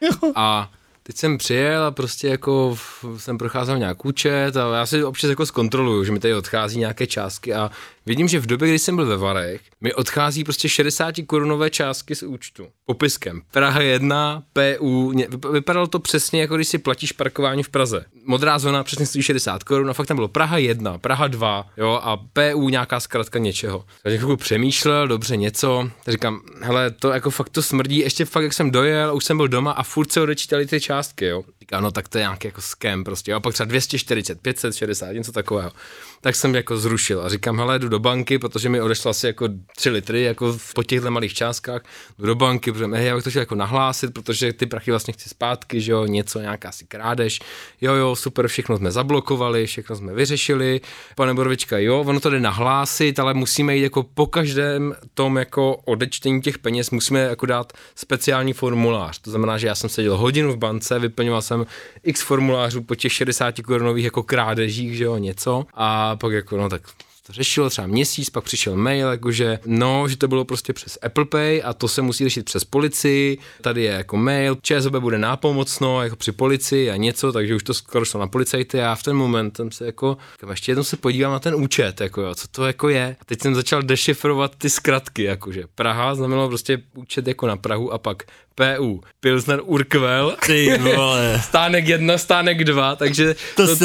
A teď jsem přijel a prostě jako jsem procházel nějak účet a já si občas jako zkontroluju, že mi tady odchází nějaké částky a vidím, že v době, kdy jsem byl ve Varech, mi odchází prostě 60 korunové částky z účtu. Popiskem. Praha 1, PU, vypadalo to přesně, jako když si platíš parkování v Praze. Modrá zóna přesně stojí 60 korun a fakt tam bylo Praha 1, Praha 2, jo, a PU nějaká zkratka něčeho. Takže chvilku přemýšlel, dobře něco, tak říkám, hele, to jako fakt to smrdí, ještě fakt jak jsem dojel, už jsem byl doma a furt se odečítali ty částky, jo. Říkám, no tak to je nějaký jako scam prostě, jo, a pak třeba 240, 560, něco takového. Tak jsem jako zrušil a říkám, hele, jdu do banky, protože mi odešlo asi jako 3 litry, jako po těchto malých částkách, jdu do banky, protože já bych to chtěl jako nahlásit, protože ty prachy vlastně chci zpátky, že jo, něco, nějaká si krádež, jo, super, všechno jsme zablokovali, všechno jsme vyřešili, pane Borovička, jo, ono to jde nahlásit, ale musíme jít jako po každém tom jako odečtení těch peněz, musíme jako dát speciální formulář, to znamená, že já jsem seděl hodinu v bance, vyplňoval jsem x formulářů po těch 60 korunových jako krádežích, že jo, něco a pak jako, no tak to řešilo třeba měsíc, pak přišel mail, jakože, no, že to bylo prostě přes Apple Pay a to se musí řešit přes policii, tady je jako mail, ČSOB bude nápomocno, jako při policii a něco, takže už to skoro šlo na policajty a v ten moment jsem se jako, ještě jednou se podívám na ten účet, jako jo, co to jako je. A teď jsem začal dešifrovat ty zkratky, jakože Praha znamenalo prostě účet jako na Prahu a pak PU, Pilsner Urquell, ty vole. Stánek 1, stánek 2, takže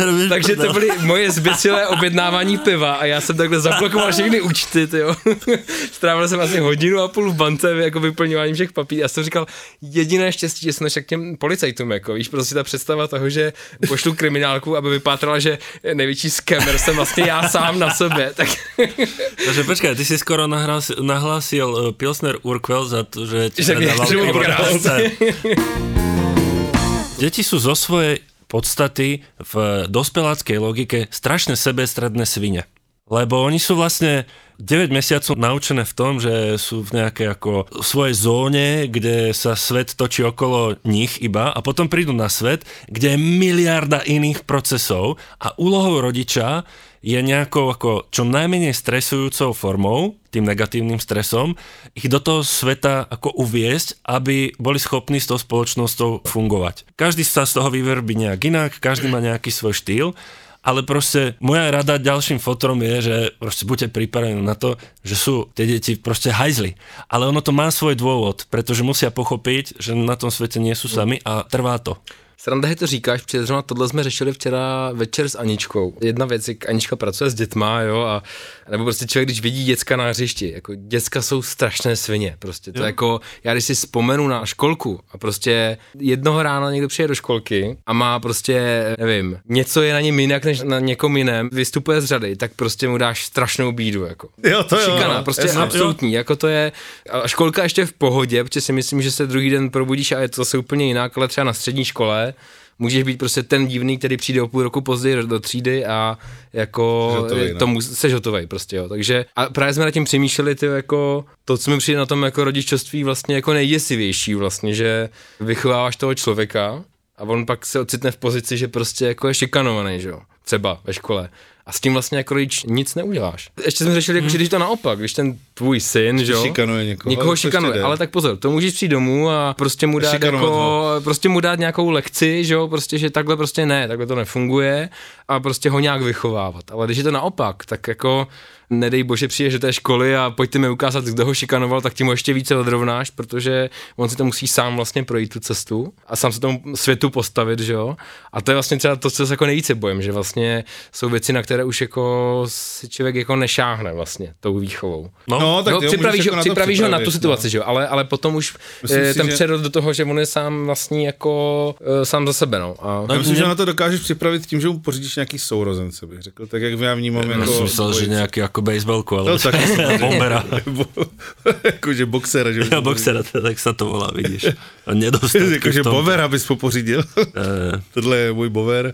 to byly moje zběsilé objednávání piva a já jsem takhle zablokoval všechny účty, tyjo. Strávil jsem asi 1,5 hodiny v bance jako vyplňováním všech papírů. Já jsem říkal, jediné štěstí, že jsem nešel k těm policajtům, jako víš, prostě ta představa toho, že pošlu kriminálku, aby vypátrala, že největší scammer jsem vlastně já sám na sobě. Tak. Takže počkaj, ty si skoro nahlásil Pilsner Urquell za to, že ti predával Deti sú zo svojej podstaty v dospeláckej logike strašne sebestredné svine. Lebo oni sú vlastne 9 mesiacov naučené v tom, že sú v nejakej ako svojej zóne, kde sa svet točí okolo nich iba a potom prídu na svet, kde je miliarda iných procesov a úlohou rodiča je nejakou ako čo najmenej stresujúcou formou, tým negatívnym stresom, ich do toho sveta ako uviesť, aby boli schopní s tou spoločnosťou fungovať. Každý sa z toho vyverbí nejak inak, každý má nejaký svoj štýl, ale proste moja rada ďalším fotorom je, že proste buďte pripravení na to, že sú tie deti proste hajzli. Ale ono to má svoj dôvod, pretože musia pochopiť, že na tom svete nie sú sami a trvá to. Sranda, že to říkáš, protože zrovna tohle jsme řešili včera večer s Aničkou. Jedna věc, jak Anička pracuje s dětma, jo, a nebo prostě člověk, když vidí děcka na hřišti, jako děcka jsou strašné svině, prostě to jako, já když si vzpomenu na školku a prostě jednoho rána někdo přijde do školky a má prostě, nevím, něco je na něm jinak než na někom jiném, vystupuje z řady, tak prostě mu dáš strašnou bídu, jako. Jo, to šikana, prostě absolutní, jako to je, a školka ještě v pohodě, protože si myslím, že se druhý den probudíš a je to zase úplně jinak, ale třeba na střední škole můžeš být prostě ten divný, který přijde o půl roku později do třídy a jako seš hotovej prostě, jo. Takže a právě jsme nad tím přemýšleli, ty jako to, co mi přijde na tom jako rodičovství vlastně jako nejděsivější vlastně, že vychováváš toho člověka a on pak se ocitne v pozici, že prostě jako je šikanovaný, že jo, třeba ve škole. A s tím vlastně jako rodič nic neuděláš. Ještě jsme řešili, jako, že když to naopak, když ten tvůj syn, že jo, šikanuje někoho šikanuje, ale tak pozor, to můžeš přijít domů a prostě mu dát jako, prostě mu dát nějakou lekci, že jo, prostě, že takhle prostě ne, takhle to nefunguje a prostě ho nějak vychovávat. Ale když je to naopak, tak jako nedej bože přijdeš do té školy a pojďte mi ukázat, kdo ho šikanoval, tak tím ho ještě více odrovnáš, protože on si to musí sám vlastně projít tu cestu a sám se tomu světu postavit, že jo. A to je vlastně třeba to, co se jako nejvíce bojím, že vlastně jsou věci, na které už jako si člověk jako nešáhne vlastně tou výchovou. No tak připravíš ho na tu situaci, že jo, ale potom už ten přerod do toho, že on je sám vlastní jako sám za sebe, no. A myslím, že na to dokážeš připravit tím, že mu pořídíš nějaký sourozence, bych řekl, tak jak já vnímám jako myslel, že nějaký jako baseballku, ale bombera. Jakože boxera, že? Ja, boxera, tak sa to volá, vidíš. Nedostatky jakože bovera bys popořídil. Tohle je můj bover.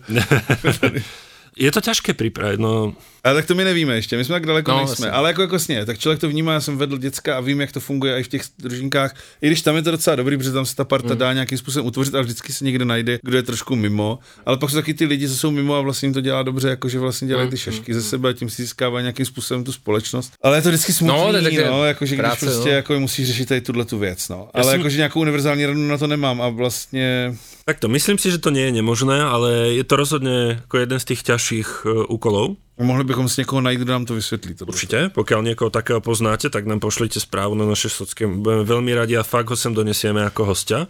Je to ťažké pripraviť, no. Ale tak to my nevíme ještě, my jsme tak daleko nejsme, vlastně. Ale jako sně, tak člověk to vnímá, já jsem vedl děcka a vím, jak to funguje i v těch družinkách, i když tam je to docela dobrý, protože tam se ta parta dá nějakým způsobem utvořit, ale vždycky se někde najde, kdo je trošku mimo, ale pak jsou taky ty lidi, co jsou mimo a vlastně jim to dělá dobře, jakože vlastně dělají ty šašky ze sebe a tím si získávají nějakým způsobem tu společnost. Ale je to vždycky smutný, jakože když prostě jako musíš řešit tady tu věc, no. Ale jakože nějakou univerzální radu na to nemám a vlastně Takto, myslím si, že to nie je nemožné, ale je to rozhodne ako jeden z tých ťažších úkolov. Mohli bychom si někoho najít, kdo nám to vysvětlí. Určite, pokiaľ niekoho takého poznáte, tak nám pošlite správu na naše socky. Budeme veľmi radi a fakt ho sem donesieme ako hostia.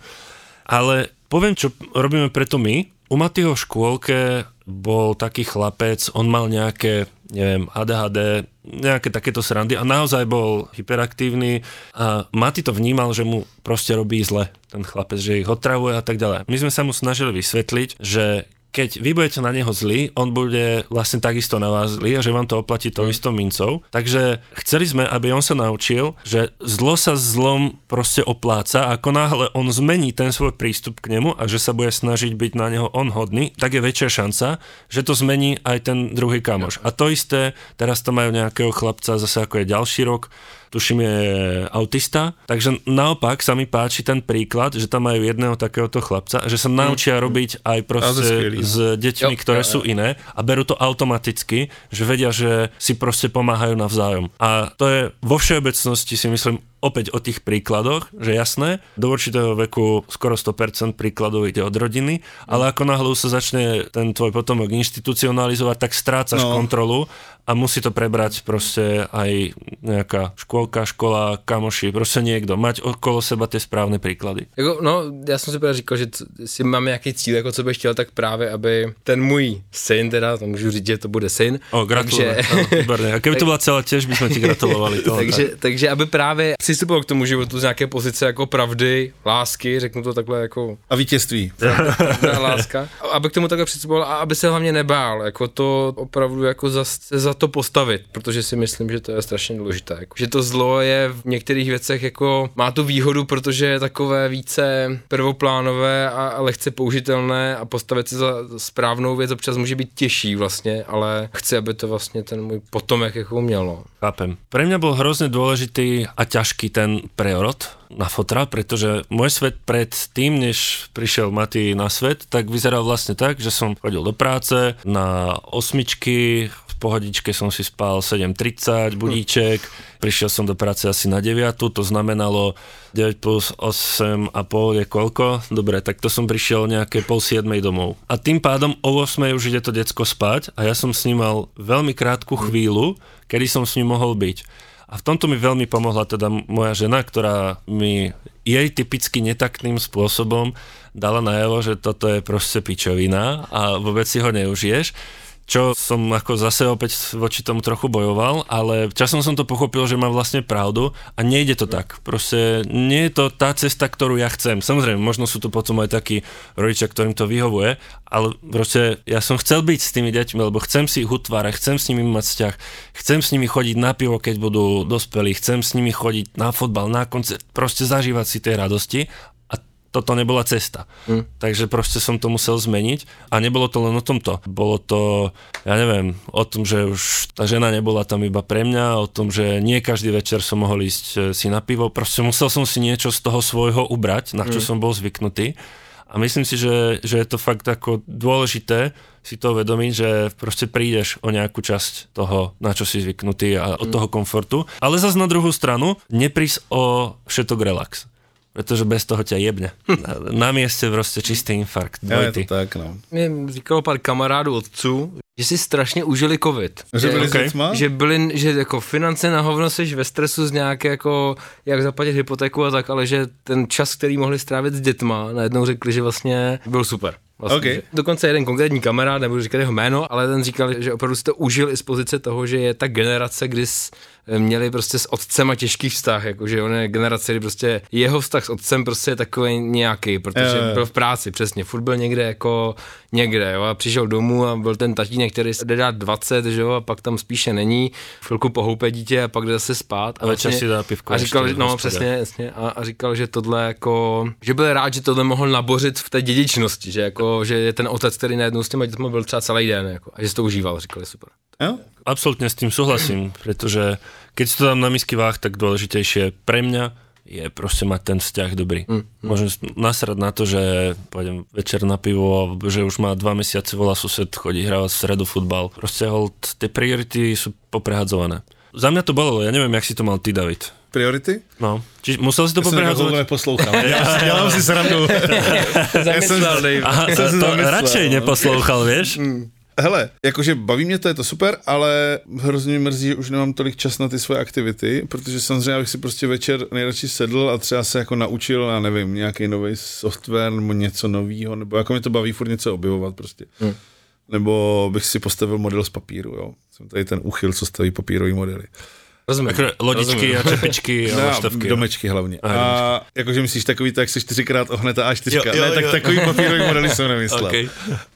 Ale poviem, čo robíme preto my. U Matýho v škôlke bol taký chlapec, on mal nejaké, neviem, ADHD, nejaké takéto srandy a naozaj bol hyperaktívny a Matý to vnímal, že mu proste robí zle ten chlapec, že ich otravuje a tak ďalej. My sme sa mu snažili vysvetliť, že keď vy budete na neho zlí, on bude vlastne takisto na vás zlý a že vám to oplatí tou istou mincov. Takže chceli sme, aby on sa naučil, že zlo sa zlom proste opláca a ako náhle on zmení ten svoj prístup k nemu a že sa bude snažiť byť na neho on hodný, tak je väčšia šanca, že to zmení aj ten druhý kamoš. A to isté, teraz to majú nejakého chlapca zase ako je ďalší rok, tuším je autista, takže naopak sa mi páči ten príklad, že tam majú jedného takéhoto chlapca, že sa naučia robiť aj proste s deťmi, ktoré sú iné a berú to automaticky, že vedia, že si proste pomáhajú navzájom. A to je vo všeobecnosti si myslím opäť o tých príkladoch, že jasné, do určitého veku skoro 100% príkladov ide od rodiny, ale ako náhle sa začne ten tvoj potomok inštitucionalizovať, tak strácaš kontrolu a musí to prebrať proste aj nejaká škola, kamoši, proste niekto, mať okolo seba tie správne príklady. Jako, no, já jsem si právě říkal, že si mám nějaký cíl, jako co bych chtěl, tak právě, aby ten můj syn, teda, to můžu říct, že to bude syn. Gratulujem. Takže... A keby to byla celá těž, bychom ti gratulovali. takže aby právě přistupoval k tomu životu z nějaké pozice jako pravdy, lásky, řeknu to takhle jako... A vítězství. Láska. Aby k tomu takhle přistupoval a aby se hlavně nebál, jako to opravdu jako za to postavit, protože si myslím, že to je strašně důležité. Jako, že to zlo je v některých věcech jako má tu výhodu, protože je takové více prvoplánové a lehce použitelné a postavit se za správnou věc občas může být těžší vlastně, ale chci, aby to vlastně ten můj potomek jako uměl. No. Chápem. Pre mňa bol hrozne dôležitý a ťažký ten prerod na fotra, pretože môj svet pred tým, než prišiel Matý na svet, tak vyzeral vlastne tak, že som chodil do práce na 8, v pohodičke som si spal 7:30, budíček, prišiel som do práce asi na 9, to znamenalo 9 plus 8,5 je koľko? Dobre, tak to som prišiel nejaké 6:30 domov. A tým pádom o 8 už ide to decko spať a ja som s ním mal veľmi krátku chvíľu, kedy som s ním mohol byť. A v tomto mi veľmi pomohla teda moja žena, ktorá mi jej typicky netaktným spôsobom dala najavo, že toto je proste pičovina a vôbec si ho neužiješ. Čo som ako zase opäť voči tomu trochu bojoval, ale časom som to pochopil, že má vlastne pravdu a nejde to tak. Proste nie je to tá cesta, ktorú ja chcem. Samozrejme, možno sú to potom aj takí rodičia, ktorým to vyhovuje, ale proste ja som chcel byť s tými deťmi, lebo chcem si ich utvárať, chcem s nimi mať vzťah, chcem s nimi chodiť na pivo, keď budú dospelí, chcem s nimi chodiť na fotbal, na koncert, proste zažívať si tie radosti. Toto nebola cesta. Takže proste som to musel zmeniť a nebolo to len o tomto. Bolo to, ja neviem, o tom, že už tá žena nebola tam iba pre mňa, o tom, že nie každý večer som mohol ísť si na pivo. Proste musel som si niečo z toho svojho ubrať, na čo som bol zvyknutý. A myslím si, že je to fakt ako dôležité si to uvedomiť, že proste prídeš o nejakú časť toho, na čo si zvyknutý a od toho komfortu. Ale zase na druhú stranu, neprísť o všetok relax. Protože bez toho tě jebne. Na městě prostě čistý infarkt. Je to tak, no. Mě říkalo pár kamarádů otců, že si strašně užili covid. Že byli s dětma? Že jako finance na hovno seš ve stresu z nějaké jako, jak zaplatit hypotéku a tak, ale že ten čas, který mohli strávit s dětma, najednou řekli, že vlastně byl super. Vlastně, okay. Dokonce jeden konkrétní kamarád, nebudu říkat jeho jméno, ale ten říkal, že opravdu si to užil i z pozice toho, že je ta generace, kdy měli prostě s otcem a těžký vztah, jakože on je generace, kdy prostě jeho vztah s otcem prostě je takový nějaký, protože byl v práci, přesně, furt byl někde jako někde, jo, a přišel domů a byl ten tatínek, který se jde dát 20, že jo, a pak tam spíše není, chvilku pohoupe dítě a pak jde zase spát. A večer si dá pivko. A říkal, no přesně, jasně, a říkal, že tohle jako, že byl rád, že tohle mohl nabořit v té dědičnosti, že jako, že je ten otec, který najednou s těma dětma byl třeba celý den, jako, a že si to užíval, říkali super. Jo? Absolutne s tým súhlasím, pretože keď si to dám na misky váh, tak dôležitejšie pre mňa je proste mať ten vzťah dobrý. Môžem nasrať na to, že pôjdem večer na pivo, že už má 2 mesiace volá sused, chodí hrávať v stredu futbal. Proste hold, tie priority sú poprehadzované. Za mňa to bolelo, ja neviem, jak si to mal ty, David. Priority? No. Čiže musel si to poprehadzovať? Ja som neposlouchal. Ja mám si srandu. Aha, to radšej neposlouchal, vieš? Hele, jakože baví mě to, je to super, ale hrozně mě mrzí, že už nemám tolik čas na ty svoje aktivity, protože samozřejmě bych si prostě večer nejradši sedl a třeba se jako naučil, já nevím, nějaký nový software nebo něco novýho, nebo jako mě to baví furt něco objevovat prostě. Nebo bych si postavil model z papíru, jo. Jsem tady ten úchyl, co staví papírový modely. Rozumím. Lodičky a čepičky a laštovky. Domečky hlavně. A jakože myslíš takový to, jak se 4x ohne ta A4. Ne, tak takový papírový modely jsem nemyslel. Okay.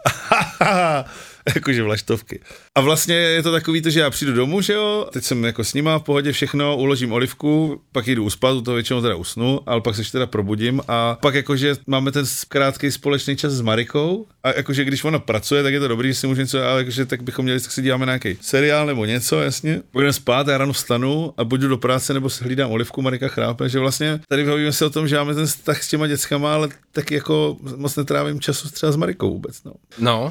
Jakože vlaštovky. A vlastně je to takový to, že já přijdu domů, že jo, teď jsem jako s nima v pohodě všechno, uložím Olivku, pak jdu uspat, u toho většinou teda usnu, ale pak se teda probudím a pak jakože máme ten krátký společný čas s Marikou a jakože když ona pracuje, tak je to dobrý, že si může něco, ale jakože tak bychom měli, tak si díváme na nějaký seriál nebo něco, jasně. Budeme spát, já ráno vstanu a buď jdu do práce nebo si hlídám Olivku, Marika chrápe, že vlastně tady bavíme se o tom, že máme ten vztah s těma dětskama, ale tak jako moc netrávím času třeba s Marikou vůbec, no. No.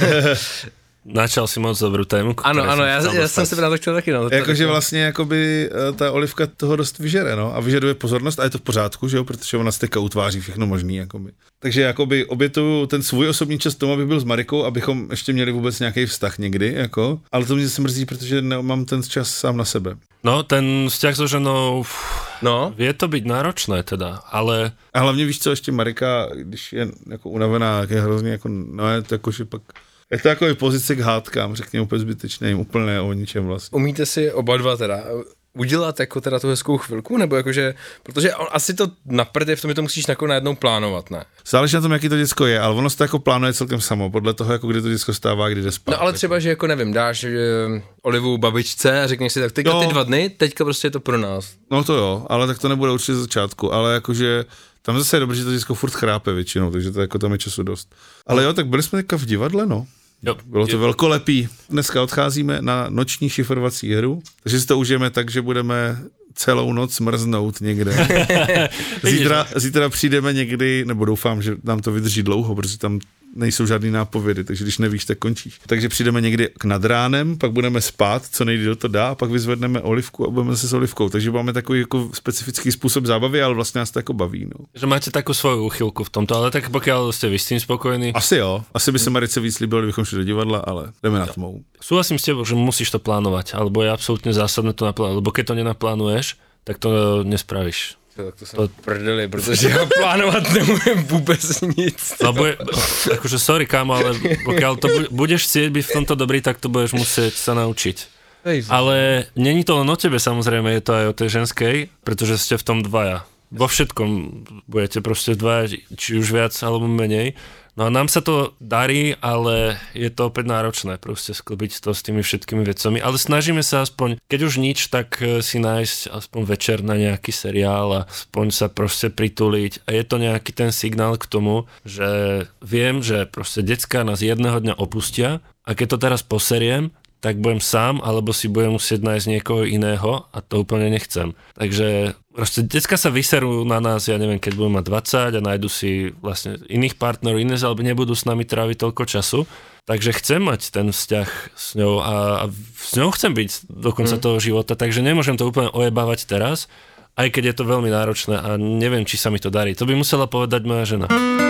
Načal si moc dobrou tému. Ano, já jsem se právě chtěl taky. No, jakože vlastně jakoby ta Olivka toho dost vyžere, no, a vyžaduje pozornost a je to v pořádku, že jo, protože ona steka utváří všechno možný, jakoby. Takže jakoby obětuju ten svůj osobní čas tomu, abych byl s Marikou, abychom ještě měli vůbec nějaký vztah někdy, jako, ale to mě se mrzí, protože nemám ten čas sám na sebe. No, ten vzťah so ženou, no, vie to byť náročné teda, ale... A hlavně víš co, ještě Marika, když je jako unavená, je hrozně jako, no je to jako, že pak... Je to jako pozice k hádkám, řekněme úplně zbytečným, úplně o ničem vlastně. Umíte si oba dva teda udělat jako teda tu hezkou chvilku, nebo jakože, protože asi to na prdě v tom, že to musíš jako najednou plánovat, ne? Záleží na tom, jaký to děcko je, ale ono se to jako plánuje celkem samo, podle toho, jako kdy to děcko stává, kdy jde spát. No ale třeba, že jako nevím, dáš Olivu babičce a řekneš si tak, teďka ty 2 dny, teďka prostě je to pro nás. No to jo, ale tak to nebude určitě z začátku, ale jakože tam zase je dobré, že to děcko furt chrápe většinou, takže to jako tam je času dost. Ale jo, tak byli jsme teďka v divadle, no. Jo, bylo to velkolepý. Dneska odcházíme na noční šifrovací hru, takže si to užijeme tak, že budeme celou noc mrznout někde. Zítra přijdeme někdy, nebo doufám, že nám to vydrží dlouho, protože tam nejsou žádný nápovědy, takže když nevíš, tak končíš. Takže přijdeme někdy k nad ránem, pak budeme spát, co nejdýl to dá, a pak vyzvedneme Olivku a budeme se s Olivkou. Takže máme takový jako specifický způsob zábavy, ale vlastně nás to jako baví. No. Že máte takovou svoju úchylku v tomto, ale tak pokiaľ ste vy s tým spokojní. Asi jo, asi by se Marice víc líbilo, kdybychom šli do divadla, ale jdeme na tmou. Súhlasím s tebou, že musíš to plánovať, alebo je absolútne zásadné to naplánovať, lebo keď to nenaplánuješ, tak to nespravíš. Tak to jsem prdeli, protože já plánovat nemůžem vůbec nic. Lebo akože sorry kámo, ale pokiaľ to budeš chcieť byť v tomto dobrý, tak to budeš musieť sa naučiť. Ale není to len o tebe, samozrejme, je to aj o tej ženskej, pretože ste v tom dvaja. Vo všetkom budete proste dvaja, či už viac alebo menej. No a nám sa to darí, ale je to opäť náročné proste sklbiť to s tými všetkými vecami, ale snažíme sa aspoň, keď už nič, tak si nájsť aspoň večer na nejaký seriál a aspoň sa proste prituliť a je to nejaký ten signál k tomu, že viem, že proste decká nás jedného dňa opustia a keď to teraz poseriem, tak budem sám, alebo si budem musieť nájsť niekoho iného a to úplne nechcem. Takže proste decka sa vyserú na nás, ja neviem, keď budem mať 20 a nájdu si vlastne iných partnerov, iné, alebo nebudú s nami tráviť toľko času. Takže chcem mať ten vzťah s ňou a s ňou chcem byť do konca toho života, takže nemôžem to úplne ojebávať teraz, aj keď je to veľmi náročné a neviem, či sa mi to darí. To by musela povedať moja žena.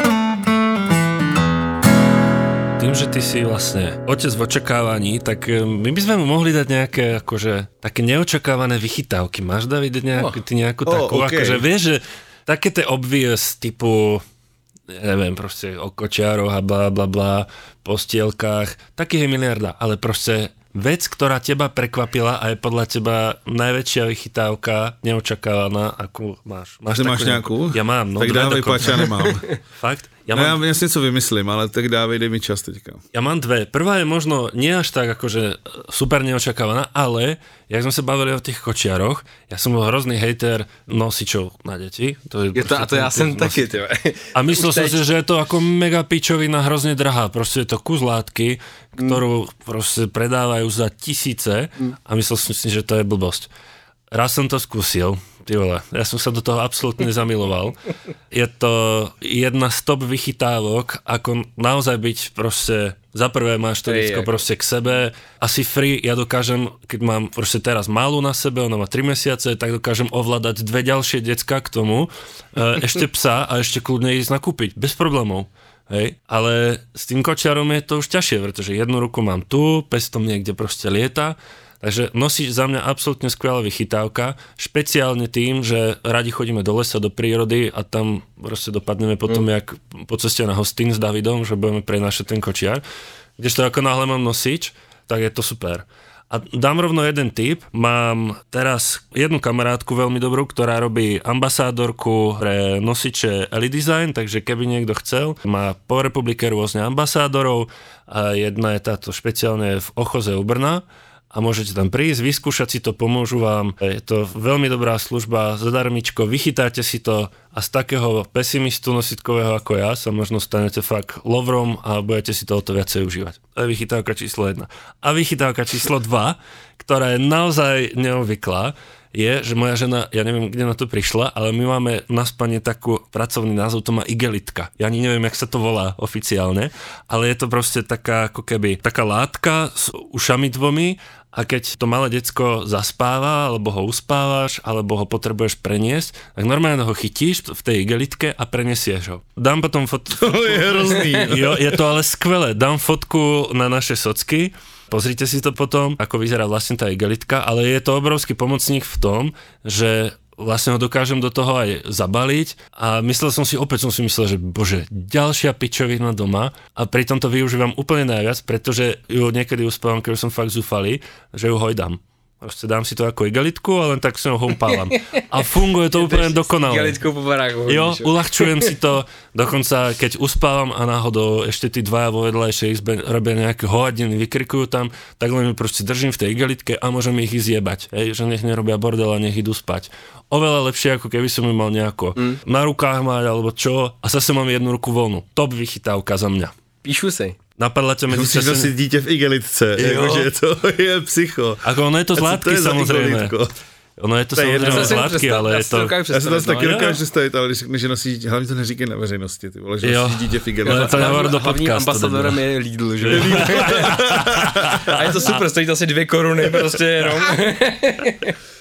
Tým, že ty si vlastne otec v očakávaní, tak my by sme mu mohli dať nejaké akože také neočakávané vychytávky. Máš, David, nejakú takú, okay. Akože vieš, že také tie obvious typu, neviem, proste o kočiaroch a bla bla bla, postielkách, takých je miliarda, ale proste vec, ktorá teba prekvapila a je podľa teba najväčšia vychytávka, neočakávaná, akú máš. Máš nejakú? Ja mám. No, tak dávej, páč, ja nemám. Fakt? Ja si něco vymyslím, ale tak dávej, dej mi čas teďka. Ja mám dve. Prvá je možno nie až tak akože super neočakávaná, ale jak sme sa bavili o tých kočiaroch, ja som bol hrozný hejter nosičov na deti. A to ja som taký, tyve. A myslel som si, že je to ako mega pičovina, hrozne drahá. Proste je to kus látky, ktorú proste predávajú za tisíce a myslel som si, že to je blbosť. Raz som to skúsil, ty vole, ja som sa do toho absolútne zamiloval. Je to jedna z top vychytávok, ako naozaj byť proste, za prvé máš to decko proste k sebe, asi free, ja dokážem, keď mám proste teraz malú na sebe, ona má 3 mesiace, tak dokážem ovládať 2 ďalšie decka k tomu, ešte psa a ešte kľudne ísť nakúpiť, bez problémov. Hej, ale s tým kočiarom je to už ťažšie, pretože jednu ruku mám tu, pes tam niekde proste lieta. Takže nosíš za mňa absolútne skvelá vychytávka, špeciálne tým, že radi chodíme do lesa, do prírody a tam proste dopadneme potom jak po ceste na Hostín s Davidom, že budeme prenášať ten kočiar. Kdežto ako náhle mám nosič, tak je to super. A dám rovno jeden tip. Mám teraz jednu kamarátku veľmi dobrú, ktorá robí ambasádorku pre nosiče Eli Design, takže keby niekto chcel, má po republike rôzne ambasádorov a jedna je táto špeciálne v Ochoze u Brna. A môžete tam prísť, vyskúšať si to, pomôžu vám. Je to veľmi dobrá služba, zadarmičko, vychytáte si to a z takého pesimistu nositkového ako ja sa možno stanete fakt lovrom a budete si to o to viacej užívať. To je vychytávka číslo 1. A vychytávka číslo 2, ktorá je naozaj neobvyklá, je, že moja žena, ja neviem, kde na to prišla, ale my máme na spanie takú pracovný názov, to má igelitka. Ja ani neviem, jak sa to volá oficiálne, ale je to proste taká, ako keby, taká látka s ušami dvomi a keď to malé decko zaspáva, alebo ho uspávaš, alebo ho potrebuješ preniesť, tak normálne ho chytíš v tej igelitke a prenesieš ho. Dám potom fotku. To je hrozný. Jo, je to ale skvelé. Dám fotku na naše socky. Pozrite si to potom, ako vyzerá vlastne tá igelitka, ale je to obrovský pomocník v tom, že vlastne ho dokážem do toho aj zabaliť a som si myslel, že bože, ďalšia pičovina doma a pritom to využívam úplne najviac, pretože ju niekedy uspávam, keď som fakt zúfalý, že ju hojdám. Proste dám si to ako igelitku a len tak s ňou hompávam. A funguje to úplne dokonale. Igelitku po baráku. Jo, uľahčujem si to, dokonca keď uspávam a náhodou ešte tí dvaja vo vedľajšej izbe robia nejaké hovadiny, vykrikujú tam, tak len proste držím v tej igelitke a môžem ich zjebať. Hej, že nech nerobia bordel a nech idú spať. Oveľa lepšie, ako keby som ju mal nejako na rukách mať alebo čo a zase mám jednu ruku voľnú. Top vychytávka za mňa. Píšu si. Napadla ťa medzi časem... Musíš nosit dítě v igelitce, jakože to je psycho. Ako ono je to z látky, samozrejme. Ono je to samozrejme z látky, ale je to... Já se to taky dokážu představit, ale když řekneš, že nosíš, hlavně to neříkej na veřejnosti, ty vole, že nosíš dítě v igelitce. To nevar do podcastu. Hlavním ambasadorem je Lidl, že? A je to super, stojí to asi 2 koruny, prostě jenom.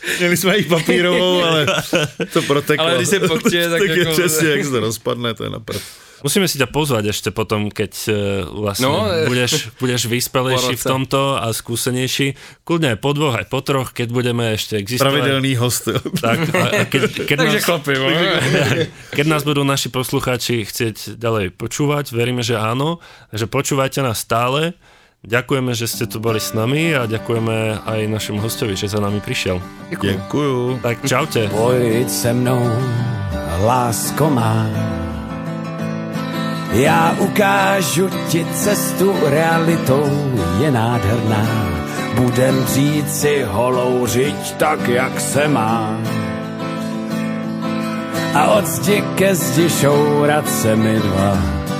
Měli jsme i papírovou, ale to proteklo. Ale když se pokčie, tak je jako... přesně, jak se to rozpadne, to je naprd. Musíme si ťa pozvať ešte potom, keď vlastne budeš vyspelejší v tomto a skúsenejší. Kľudne aj po 2, aj po 3, keď budeme ešte existovať. Pravidelný host. Tak, a keď nás budú naši poslucháči chcieť ďalej počúvať, veríme, že áno, že počúvajte nás stále. Ďakujeme, že ste tu boli s nami a ďakujeme aj našemu hostovi, že za nami prišiel. Ďakujem. Tak čaute. Pojď se mnou, lásko má. Já ukážu ti cestu, realitou je nádherná. Budem žít si holou řiď tak, jak se má. A od zdi ke zdi šourat se mi dva.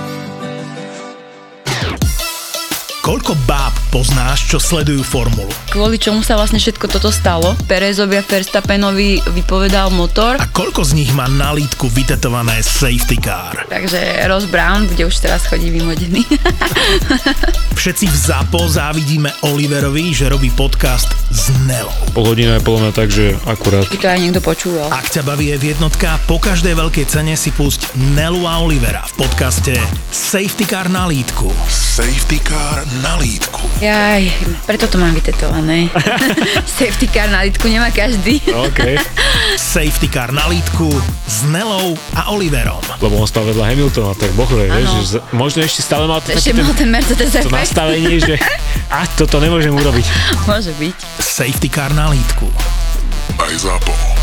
Koľko báb poznáš, čo sledujú formulu? Kvôli čomu sa vlastne všetko toto stalo? Perezovi a Verstappenovi vypovedal motor. A koľko z nich má na lítku vytetované safety car? Takže Ross Brown bude už teraz chodí vymodený. Všetci v ZAPO závidíme Oliverovi, že robí podcast s Nelou. Polhodina je podľa mňa tak, že akurát. By to aj niekto počúval. Ak ťa baví F1, po každej veľkej cene si pusť Nelu a Olivera v podcaste Safety Car na lítku. Safety Car na lítku. Jaj, preto to mám vytetované. Safety car na lítku nemá každý. OK. Safety Car na lítku s Nelou a Oliverom. Lebo on stal vedľa Hamiltona, tak bohuje, vieš, že možno ešte stále mal Ešte mal ten Mercedes to efekt. nastavenie, že toto nemôžem urobiť. Môže byť. Safety Car na lítku. Aj ZAPO.